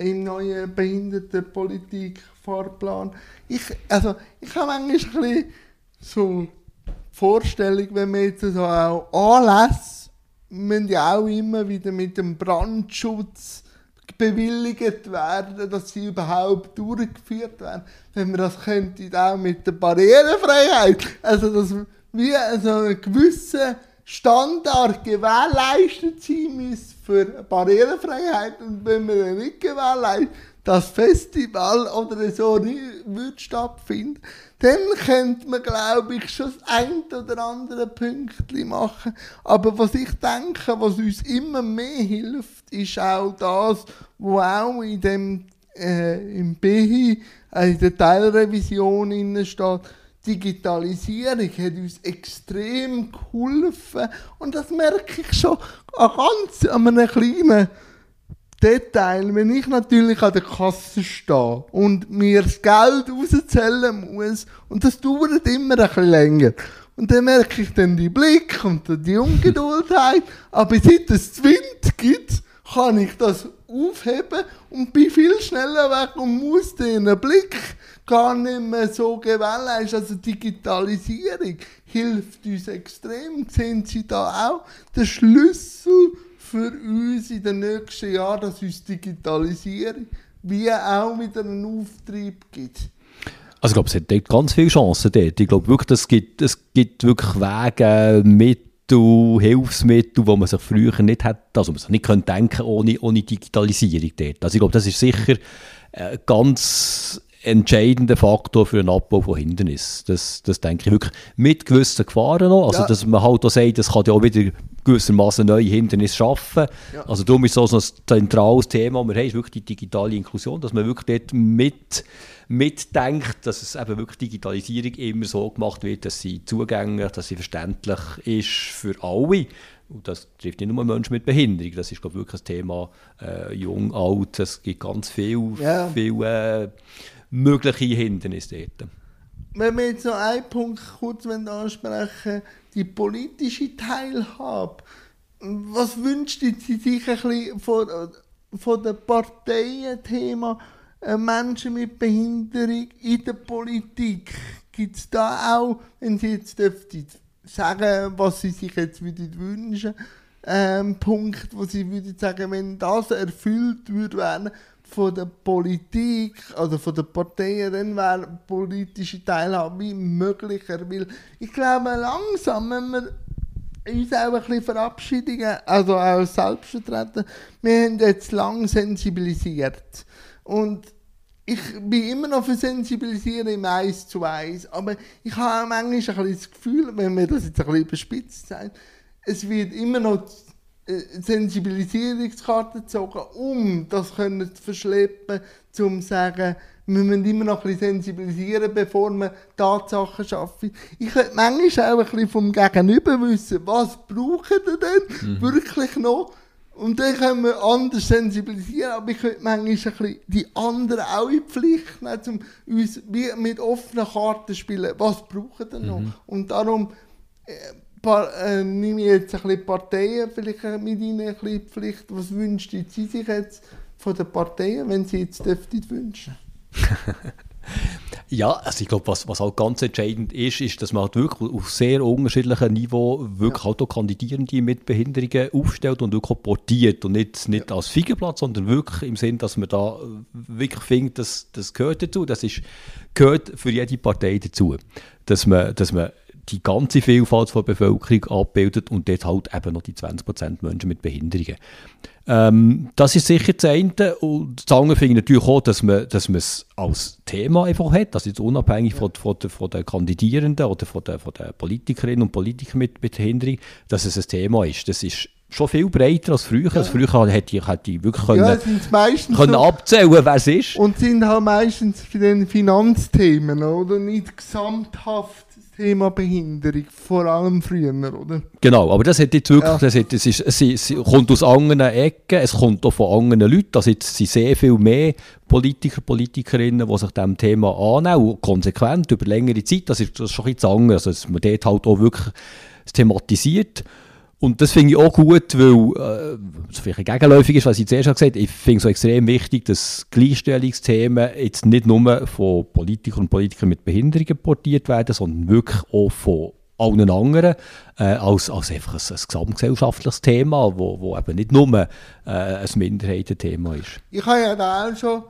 Behindertenpolitik-Fahrplan. Ich habe manchmal ein bisschen so die Vorstellung, wenn wir jetzt so auch Anlässe, müssen ja auch immer wieder mit dem Brandschutz bewilligt werden, dass sie überhaupt durchgeführt werden. Wenn man das könnte, auch mit der Barrierefreiheit, also dass wie so ein gewisser Standard gewährleistet sein muss für Barrierefreiheit, und wenn man dann nicht gewährleistet, das Festival oder so nicht stattfinden, dann könnte man, glaube ich, schon das ein oder andere Pünktchen machen. Aber was ich denke, was uns immer mehr hilft, ist auch das, was auch in dem im BHI in der Teilrevision steht, Digitalisierung hat uns extrem geholfen und das merke ich schon an einem kleinen Detail, wenn ich natürlich an der Kasse stehe und mir das Geld rauszählen muss und das dauert immer ein bisschen länger. Und dann merke ich dann die Blick und die Ungeduldheit, aber seit es Wind gibt, kann ich das aufheben und bin viel schneller weg und muss den Blick gar nicht mehr so gewährleisten. Also Digitalisierung hilft uns extrem. Sehen Sie da auch den Schlüssel für uns in den nächsten Jahren, dass uns Digitalisierung wie auch wieder einen Auftrieb gibt? Also ich glaube, es hat dort ganz viele Chancen dort. Ich glaube wirklich, es gibt wirklich Wege, Mittel, Hilfsmittel, die man sich früher nicht hätte, also man sich nicht denken könnte ohne Digitalisierung dort. Also ich glaube, das ist sicher ein ganz entscheidender Faktor für einen Abbau von Hindernissen. Das denke ich wirklich mit gewissen Gefahren noch. Also dass man halt auch sagt, das kann ja auch wieder gewissermaßen neue Hindernisse schaffen. Ja. Also darum ist so ein zentrales Thema, wir haben, ist wirklich die digitale Inklusion, dass man wirklich dort mitdenkt, dass es eben wirklich Digitalisierung immer so gemacht wird, dass sie zugänglich, dass sie verständlich ist für alle. Und das trifft nicht nur Menschen mit Behinderung, das ist, glaube ich, wirklich ein Thema, jung, alt, es gibt ganz viele mögliche Hindernisse dort. Wenn wir jetzt noch einen Punkt kurz ansprechen, die politische Teilhabe. Was wünscht Sie sich ein bisschen von den Parteien-Thema Menschen mit Behinderung in der Politik? Gibt es da auch, wenn Sie jetzt dürften sagen, was Sie sich jetzt wünschen, Punkt, wo Sie würden sagen, wenn das erfüllt würde werden von der Politik oder von den Parteien, dann wäre politische Teilhabe möglicher. Weil ich glaube, langsam, wenn wir uns auch ein bisschen verabschieden, also auch selbstvertreten, wir haben jetzt lang sensibilisiert. Und ich bin immer noch für Sensibilisieren im 1:1, aber ich habe auch manchmal ein bisschen das Gefühl, wenn wir das jetzt ein bisschen überspitzt sagen, es wird immer noch Sensibilisierungskarte gezogen, um das zu verschleppen, um zu sagen, wir müssen immer noch ein bisschen sensibilisieren, bevor wir Tatsachen schaffen. Ich könnte manchmal auch ein bisschen vom Gegenüber wissen, was brauchen die denn wirklich noch? Und dann können wir anders sensibilisieren, aber ich könnte manchmal ein bisschen die anderen auch in die Pflicht nehmen, um uns mit offenen Karten zu spielen. Was brauchen die noch? Und darum nehme ich jetzt ein bisschen Parteien vielleicht mit ihnen ein bisschen Pflicht. Was wünschen Sie sich jetzt von den Parteien, wenn Sie jetzt dürften wünschen? Ja, also ich glaube, was halt ganz entscheidend ist, dass man halt wirklich auf sehr unterschiedlichen Niveau wirklich halt auch Kandidierende mit Behinderungen aufstellt und wirklich auch portiert und nicht als Feigenblatt, sondern wirklich im Sinn, dass man da wirklich findet, das gehört dazu, gehört für jede Partei dazu, dass man die ganze Vielfalt der Bevölkerung abbildet und dort halt eben noch die 20% Menschen mit Behinderungen. Das ist sicher das eine. Und das andere finde ich natürlich auch, dass man es als Thema einfach hat, dass jetzt unabhängig von den Kandidierenden oder von den Politikerinnen und Politikern mit Behinderung, dass es ein Thema ist. Das ist schon viel breiter als früher. Ja. Also früher hätte ich wirklich können abzählen, wer es ist. Und sind halt meistens für den Finanzthemen, oder? Nicht gesamthaft Thema Behinderung, vor allem früher, oder? Genau, aber das hat jetzt wirklich, es kommt aus anderen Ecken, es kommt auch von anderen Leuten, also jetzt sind sehr viel mehr Politiker, Politikerinnen, die sich diesem Thema annehmen, konsequent, über längere Zeit, das ist schon ein bisschen anders, also dass man dort halt auch wirklich thematisiert. Und das finde ich auch gut, weil es vielleicht gegenläufig ist, was ich zuerst gesagt habe. Ich finde es so extrem wichtig, dass Gleichstellungsthemen jetzt nicht nur von Politikern und Politikern mit Behinderungen portiert werden, sondern wirklich auch von allen anderen als einfach ein gesamtgesellschaftliches Thema, wo eben nicht nur ein Minderheitenthema ist. Ich habe ja da auch schon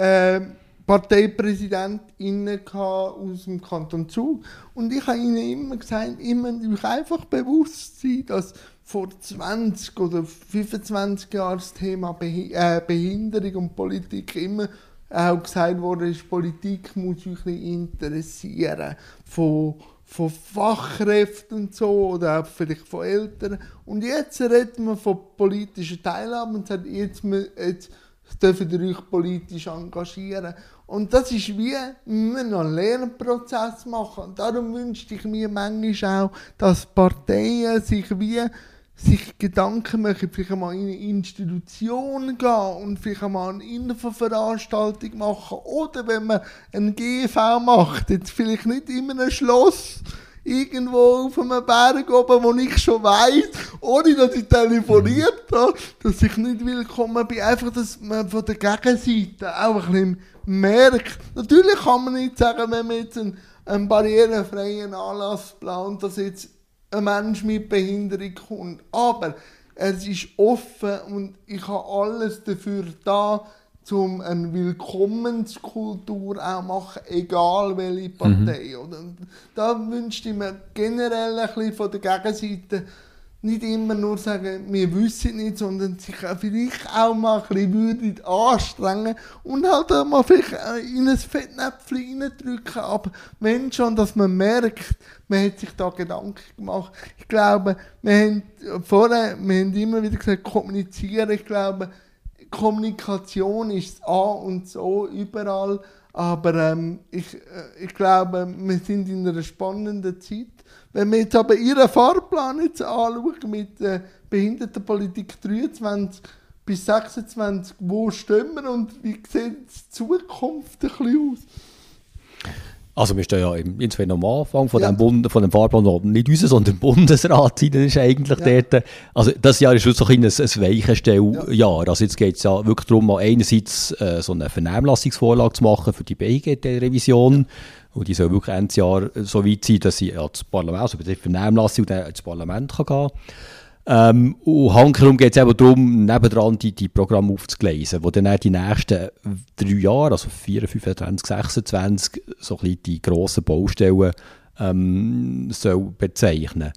ParteipräsidentInnen aus dem Kanton Zug. Und ich habe ihnen immer gesagt, immer einfach bewusst sein, dass vor 20 oder 25 Jahren das Thema Behinderung und Politik immer auch gesagt wurde, Politik muss sich interessieren von Fachkräften und so oder auch vielleicht von Eltern. Und jetzt reden wir von politischer Teilhabe und sagt, jetzt dürft ihr euch politisch engagieren. Und das ist wie, wir müssen noch einen Lernprozess machen. Und darum wünschte ich mir manchmal auch, dass Parteien sich Gedanken machen, vielleicht einmal in eine Institution gehen und vielleicht einmal eine Infoveranstaltung machen. Oder wenn man ein GV macht, jetzt vielleicht nicht in einem Schloss, irgendwo auf einem Berg oben, wo ich schon weiss, ohne dass ich telefoniert habe, dass ich nicht willkommen bin. Einfach, dass man von der Gegenseite auch ein bisschen merkt. Natürlich kann man nicht sagen, wenn man jetzt einen barrierefreien Anlass plant, dass jetzt ein Mensch mit Behinderung kommt. Aber es ist offen und ich habe alles dafür da, um eine Willkommenskultur auch machen, egal welche Partei. Und da wünschte ich mir generell ein bisschen von der Gegenseite nicht immer nur sagen, wir wissen nicht, sondern sich vielleicht auch mal ein bisschen anstrengen und halt auch mal vielleicht in ein Fettnäpfchen reindrücken. Aber wenn schon, dass man merkt, man hat sich da Gedanken gemacht. Ich glaube, wir haben immer wieder gesagt, kommunizieren. Ich glaube, Kommunikation ist A und so überall. Aber ich glaube, wir sind in einer spannenden Zeit. Wenn wir jetzt aber Ihren Fahrplan jetzt anschauen mit der Behindertenpolitik 23 bis 26, wo stehen wir und wie sieht die Zukunft ein bisschen aus? Also wir stehen ja insofern am Anfang von dem Fahrplan, der nicht unser, sondern im Bundesrat ist eigentlich dort. Also das Jahr ist schon so ein Weichenstelljahr. Also jetzt geht es ja wirklich darum, einerseits so eine Vernehmlassungsvorlage zu machen für die BehiG-Revision. Und die soll wirklich Ende Jahr so weit sein, dass sie ans Parlament, also bei der Vernehmlassung ins Parlament kann gehen. Und hankerum geht es eben darum, nebendran die Programme aufzugleisen, die dann die nächsten 3 Jahre, also 24, 25, 26, so ein bisschen die grossen Baustellen soll bezeichnen.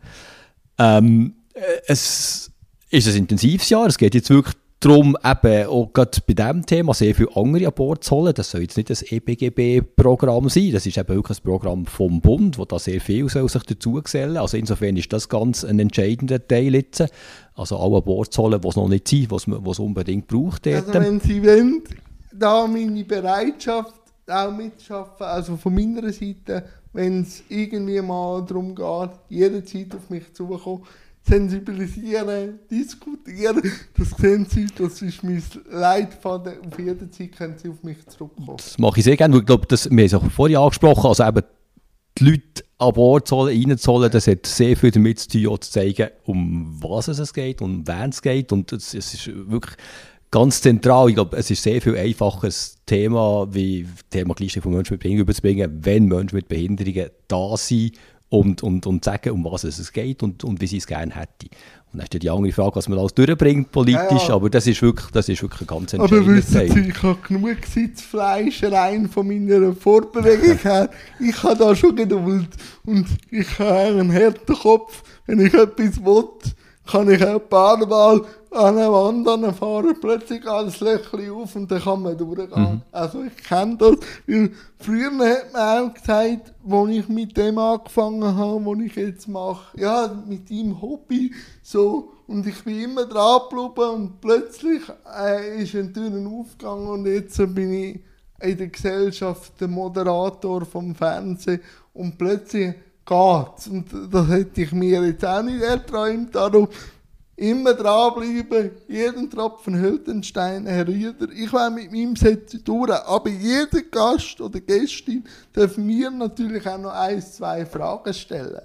Es ist ein intensives Jahr, es geht jetzt wirklich darum, eben auch gerade bei diesem Thema sehr viele andere an Bord zu holen. Das soll jetzt nicht ein EBGB-Programm sein, das ist eben wirklich ein Programm vom Bund, wo da sehr viel soll sich dazu gesellen. Also insofern ist das ganz ein entscheidender Teil jetzt. Also alle an Bord zu holen, die es noch nicht sind, was es unbedingt braucht. Also wenn Sie wollen, da meine Bereitschaft auch mitschaffen, also von meiner Seite, wenn es irgendwie mal darum geht, jederzeit auf mich zukommen, sensibilisieren, diskutieren, das sehen Sie, das ist mein Leitfaden. Auf jede Zeit können Sie auf mich zurückkommen. Das mache ich sehr gerne, weil ich glaube, wir haben es auch vorhin angesprochen, also eben die Leute an Bord zu holen, reinzuholen, das hat sehr viel damit zu tun, zu zeigen, um was es geht, um wen es geht, und es ist wirklich ganz zentral. Ich glaube, es ist sehr viel einfaches Thema, wie das Thema Gleichstellung von Menschen mit Behinderung überzubringen, wenn Menschen mit Behinderungen da sind, und sagen, um was es geht und wie sie es gerne hätten. Und dann ist die andere Frage, was man alles durchbringt politisch, aber das ist wirklich ein ganz entscheidender Teil. Aber wissen Sie, ich habe genug Sitzfleisch rein von meiner Vorbewegung her. Ich habe da schon Geduld und ich habe einen harten Kopf. Wenn ich etwas will, kann ich auch ein paar Mal an eine Wand fahren, plötzlich geht das Löchchen auf und dann kann man durchgehen. Also ich kenne das, weil früher hat man auch gesagt, als ich mit dem angefangen habe, was ich jetzt mache, ja, mit deinem Hobby, so, und ich bin immer dran geblieben und plötzlich ist eine Tür aufgegangen und jetzt bin ich in der Gesellschaft der Moderator vom Fernsehen und plötzlich geht's. Und das hätte ich mir jetzt auch nicht erträumt, darum immer dranbleiben, jeden Tropfen hält den Stein, Herr Rieder. Ich will mit meinem Set durch, aber jeder Gast oder Gästin darf mir natürlich auch noch 1, 2 Fragen stellen.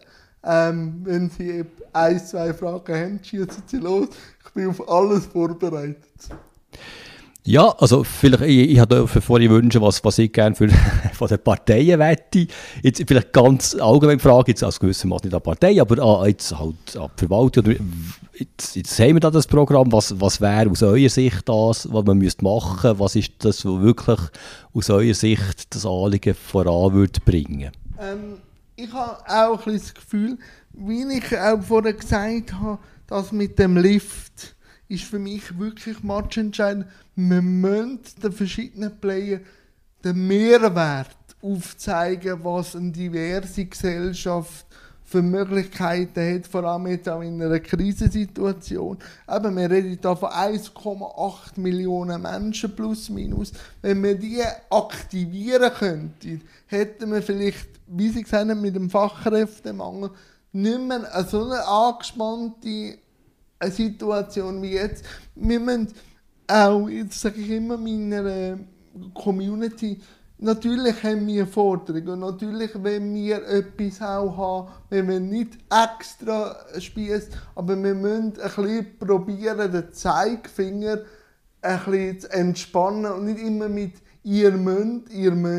Wenn Sie 1, 2 Fragen haben, schießen Sie los. Ich bin auf alles vorbereitet. Ja, also vielleicht, ich hatte vorhin Wünsche, was ich gerne von den Parteien wette. Jetzt vielleicht ganz allgemein Frage, jetzt als gewissermaßen nicht an die Partei, aber jetzt halt an die Verwaltung. Jetzt haben wir da das Programm, was wäre aus eurer Sicht das, was man machen müsste? Was ist das, was wirklich aus eurer Sicht das Anliegen voran würde bringen? Ich habe auch ein bisschen das Gefühl, wie ich auch vorher gesagt habe, dass mit dem Lift ist für mich wirklich matchentscheidend. Wir müssen den verschiedenen Playern den Mehrwert aufzeigen, was eine diverse Gesellschaft für Möglichkeiten hat, vor allem jetzt auch in einer Krisensituation. Eben, wir reden hier von 1,8 Millionen Menschen plus minus. Wenn wir die aktivieren könnten, hätten wir vielleicht, wie Sie gesagt haben, mit dem Fachkräftemangel nicht mehr so eine angespannte Situation wie jetzt. Wir müssen auch, jetzt sage ich immer meiner Community, natürlich haben wir Forderungen, natürlich wollen wir etwas auch haben, wenn wir nicht extra spiessen, aber wir müssen ein bisschen probieren, den Zeigefinger ein bisschen zu entspannen und nicht immer mit ihr müsst,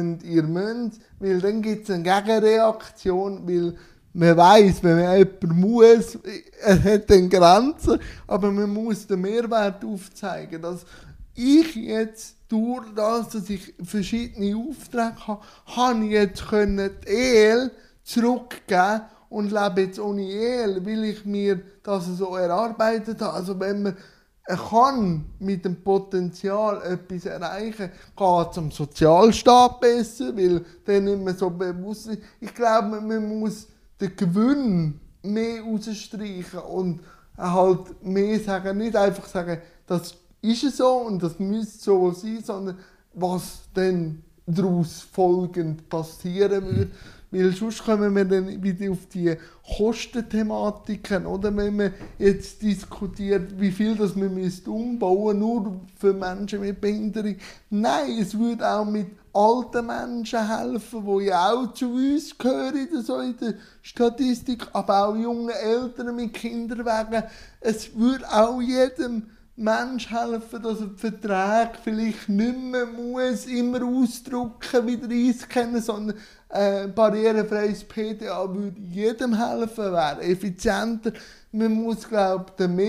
weil dann gibt es eine Gegenreaktion, weil man weiss, wenn man jemanden muss, es hat dann Grenzen, aber man muss den Mehrwert aufzeigen, dass ich jetzt durch das, dass ich verschiedene Aufträge habe, habe ich jetzt die EL zurückgeben und lebe jetzt ohne EL, weil ich mir das so erarbeitet habe. Also wenn man kann mit dem Potenzial etwas erreichen, geht es am Sozialstaat besser, weil der nicht mehr so bewusst ist. Ich glaube, man muss den Gewinn mehr rausstreichen und halt mehr sagen, nicht einfach sagen, das ist es so und das müsste so sein, sondern was dann daraus folgend passieren würde. Weil sonst kommen wir dann wieder auf die Kostenthematiken, oder? Wenn man jetzt diskutiert, wie viel das man umbauen müsste, nur für Menschen mit Behinderung. Nein, es würde auch mit alten Menschen helfen, die ja auch zu uns gehören, so in der Statistik, aber auch jungen Eltern mit Kinderwagen. Es würde auch jedem Mensch helfen, dass er die Verträge vielleicht nicht mehr muss, immer ausdrucken, wieder einscannen, sondern barrierefreies PDA würde jedem helfen, wäre effizienter. Man muss, glaube ich, den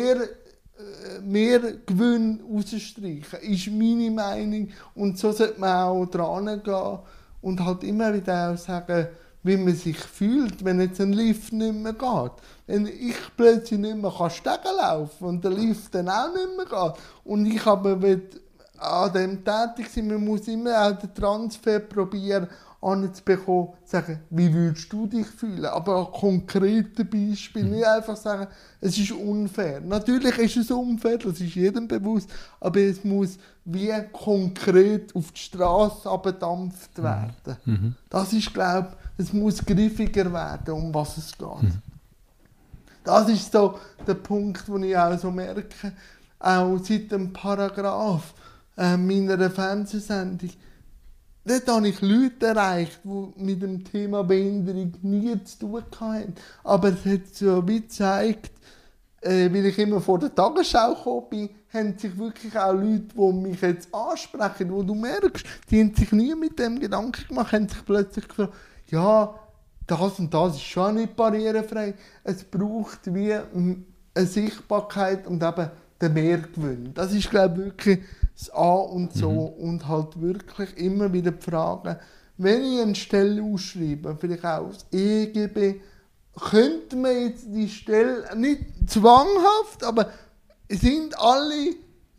mehr Gewinn rausstreichen, ist meine Meinung. Und so sollte man auch dran gehen und halt immer wieder auch sagen, wie man sich fühlt, wenn jetzt ein Lift nicht mehr geht. Wenn ich plötzlich nicht mehr Stegen laufen kann und der Lift dann auch nicht mehr geht und ich aber an dem tätig sein, man muss immer auch den Transfer probieren anzubekommen, sagen, wie würdest du dich fühlen? Aber an konkreten Beispielen, nicht einfach sagen, es ist unfair. Natürlich ist es unfair, das ist jedem bewusst, aber es muss wie konkret auf die Straße abgedampft werden. Mhm. Das ist, glaube ich, es muss griffiger werden, um was es geht. Mhm. Das ist so der Punkt, den ich auch so merke, auch seit dem Paragraph meiner Fernsehsendung. Dort habe ich Leute erreicht, die mit dem Thema Behinderung nie zu tun hatten. Aber es hat so wie gezeigt, weil ich immer vor der Tagesschau gekommen bin, haben sich wirklich auch Leute, die mich jetzt ansprechen, wo du merkst, die haben sich nie mit dem Gedanken gemacht, haben sich plötzlich gefragt, ja, das und das ist schon nicht barrierefrei. Es braucht wie eine Sichtbarkeit und eben den Mehrgewinn. Das ist, glaube ich, wirklich das A und so. Und halt wirklich immer wieder die Frage, wenn ich eine Stelle ausschreibe, vielleicht auch das EGB, könnte man jetzt die Stelle, nicht zwanghaft, aber sind alle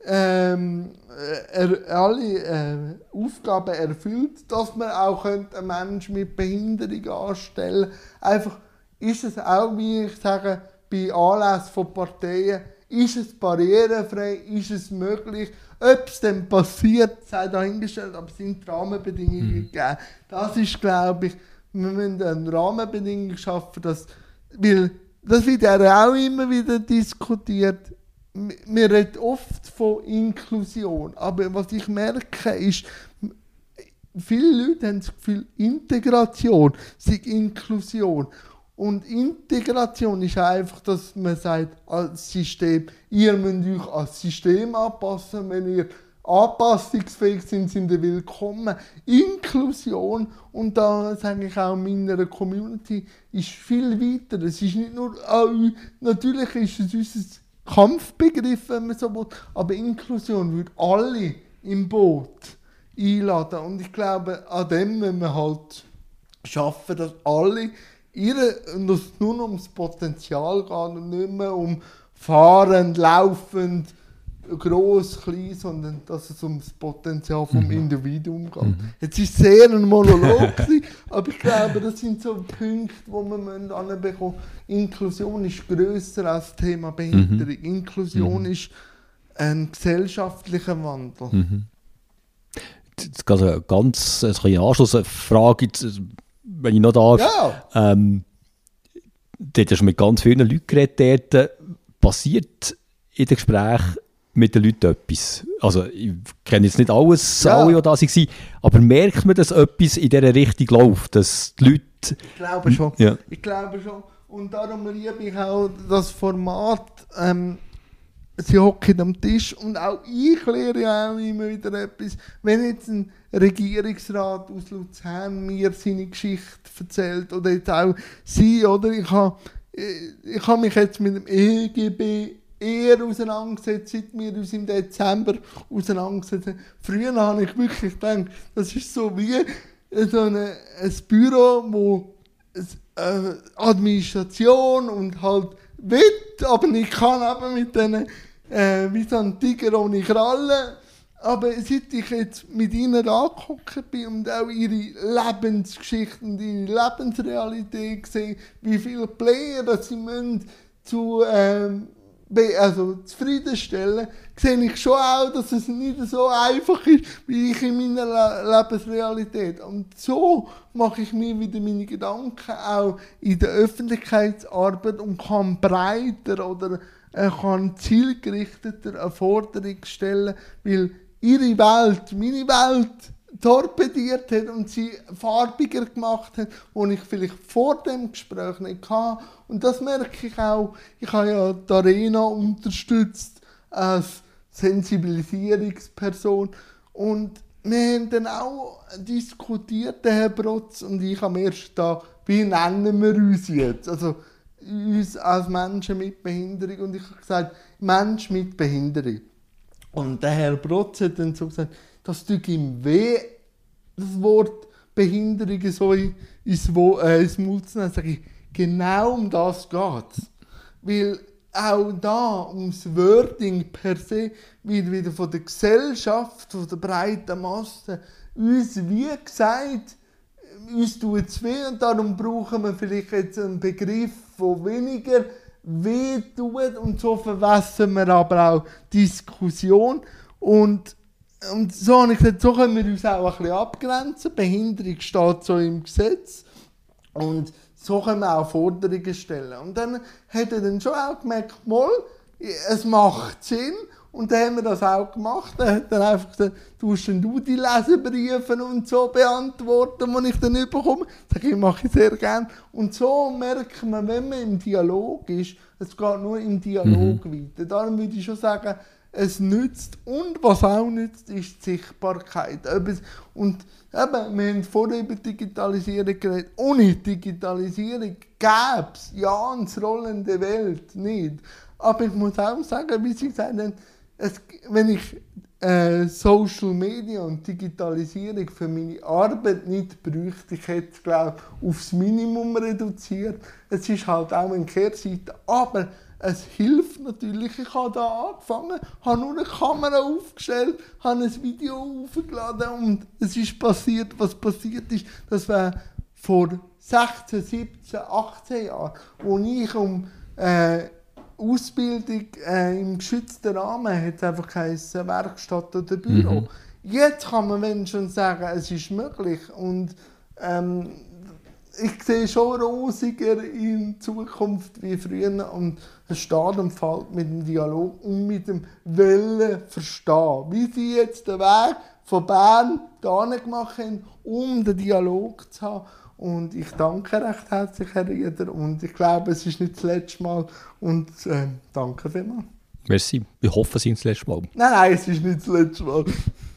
Aufgaben erfüllt, dass man auch einen Menschen mit Behinderung anstellen könnte. Einfach ist es auch, wie ich sage, bei Anlässen von Parteien, ist es barrierefrei, ist es möglich, ob es dann passiert, sei dahingestellt, aber es sind Rahmenbedingungen gegeben. Das ist, glaube ich, wir müssen eine Rahmenbedingung schaffen, weil das wird ja auch immer wieder diskutiert. Wir reden oft von Inklusion, aber was ich merke ist, viele Leute haben das Gefühl, Integration sei Inklusion. Und Integration ist einfach, dass man sagt, als System, ihr müsst euch als System anpassen, wenn ihr anpassungsfähig sind, sind ihr willkommen. Inklusion, und da sage ich auch meiner Community, ist viel weiter. Es ist nicht nur, natürlich ist es unser Kampfbegriff, wenn man so will, aber Inklusion würde alle im Boot einladen. Und ich glaube, an dem müssen wir halt schaffen, dass alle dass es nur ums Potenzial geht und nicht mehr um fahrend, laufend, gross, klein, sondern dass es um das Potenzial vom Individuum geht. Jetzt war es sehr ein Monolog, aber ich glaube, das sind so Punkte, die wir anbekommen müssen. Inklusion ist grösser als das Thema Behinderung. Inklusion ist ein gesellschaftlicher Wandel. Jetzt eine ganz eine Anschlussfrage, wenn ich noch darf. Ja. Du hast schon mit ganz vielen Leuten geredet dort. Passiert in den Gesprächen mit den Leuten etwas? Also ich kenne jetzt nicht alle, die da waren, aber merkt man, dass etwas in dieser Richtung läuft? Dass die Leute... Ich glaube schon. Ja. Ich glaube schon. Und darum liebe ich auch das Format. Sie hocken am Tisch und auch ich lehre ja auch immer wieder etwas. Wenn jetzt ein Regierungsrat aus Luzern mir seine Geschichte erzählt oder jetzt auch Sie, oder? Ich habe mich jetzt mit dem EGB eher auseinandergesetzt, seit wir uns im Dezember auseinandergesetzt haben. Früher habe ich wirklich gedacht, das ist so wie so ein Büro, wo Administration und halt will, aber ich kann eben mit denen wie so ein Tiger ohne Krallen. Aber seit ich jetzt mit ihnen angeguckt bin und auch ihre Lebensgeschichte und ihre Lebensrealität sehe, wie viele Player das sie müssen zufriedenstellen, sehe ich schon auch, dass es nicht so einfach ist, wie ich in meiner Lebensrealität. Und so mache ich mir wieder meine Gedanken auch in der Öffentlichkeitsarbeit und kann breiter oder kann zielgerichteter eine Forderung stellen, weil ihre Welt, meine Welt torpediert hat und sie farbiger gemacht hat, die ich vielleicht vor dem Gespräch nicht hatte. Und das merke ich auch. Ich habe ja die Arena unterstützt als Sensibilisierungsperson. Und wir haben dann auch diskutiert, der Herr Brotz und ich am ersten Tag, wie nennen wir uns jetzt? Also uns als Menschen mit Behinderung. Und ich habe gesagt, Mensch mit Behinderung. Und der Herr Brotz hat dann so gesagt, das tut ihm weh, das Wort Behinderung so ins Mund zu nehmen. Sage ich, genau um das geht es. Weil auch da ums Wording per se wird wieder von der Gesellschaft, von der breiten Masse, uns wie gesagt, uns tut es weh und darum brauchen wir vielleicht jetzt einen Begriff, der weniger weh tut und so verwässern wir aber auch Diskussion und so habe ich gesagt, so können wir uns auch ein bisschen abgrenzen. Behinderung steht so im Gesetz und so können wir auch Forderungen stellen. Und dann hat er dann schon auch gemerkt, mal, es macht Sinn. Und dann haben wir das auch gemacht. Er hat dann einfach gesagt, du die Leserbriefe und so beantworten, die ich dann bekomme. Sag ich, mache ich sehr gerne. Und so merkt man, wenn man im Dialog ist, es geht nur im Dialog weiter. Darum würde ich schon sagen, es nützt. Und was auch nützt, ist die Sichtbarkeit. Und eben, wir haben vorher über Digitalisierung geredet. Ohne Digitalisierung gäbe es ja eine rollende Welt nicht. Aber ich muss auch sagen, wie Sie gesagt haben, wenn ich Social Media und Digitalisierung für meine Arbeit nicht bräuchte, ich hätte es, glaube ich, aufs Minimum reduziert. Es ist halt auch eine Kehrseite. Aber es hilft natürlich. Ich habe da angefangen, habe nur eine Kamera aufgestellt, habe ein Video aufgeladen und es ist passiert, was passiert ist. Das war vor 16, 17, 18 Jahren, wo ich Ausbildung im geschützten Rahmen hat einfach keine Werkstatt oder Büro. Jetzt kann man schon sagen, es ist möglich. Und ich sehe schon rosiger in Zukunft wie früher. Und es steht und fällt mit dem Dialog und mit dem Wollen verstehen. Wie sie jetzt den Weg von Bern hierhin gemacht haben, um den Dialog zu haben. Und ich danke recht herzlich, Herr Rieder. Und ich glaube, es ist nicht das letzte Mal. Und danke vielmals. Merci. Ich hoffe, es ist das letzte Mal. Nein, es ist nicht das letzte Mal.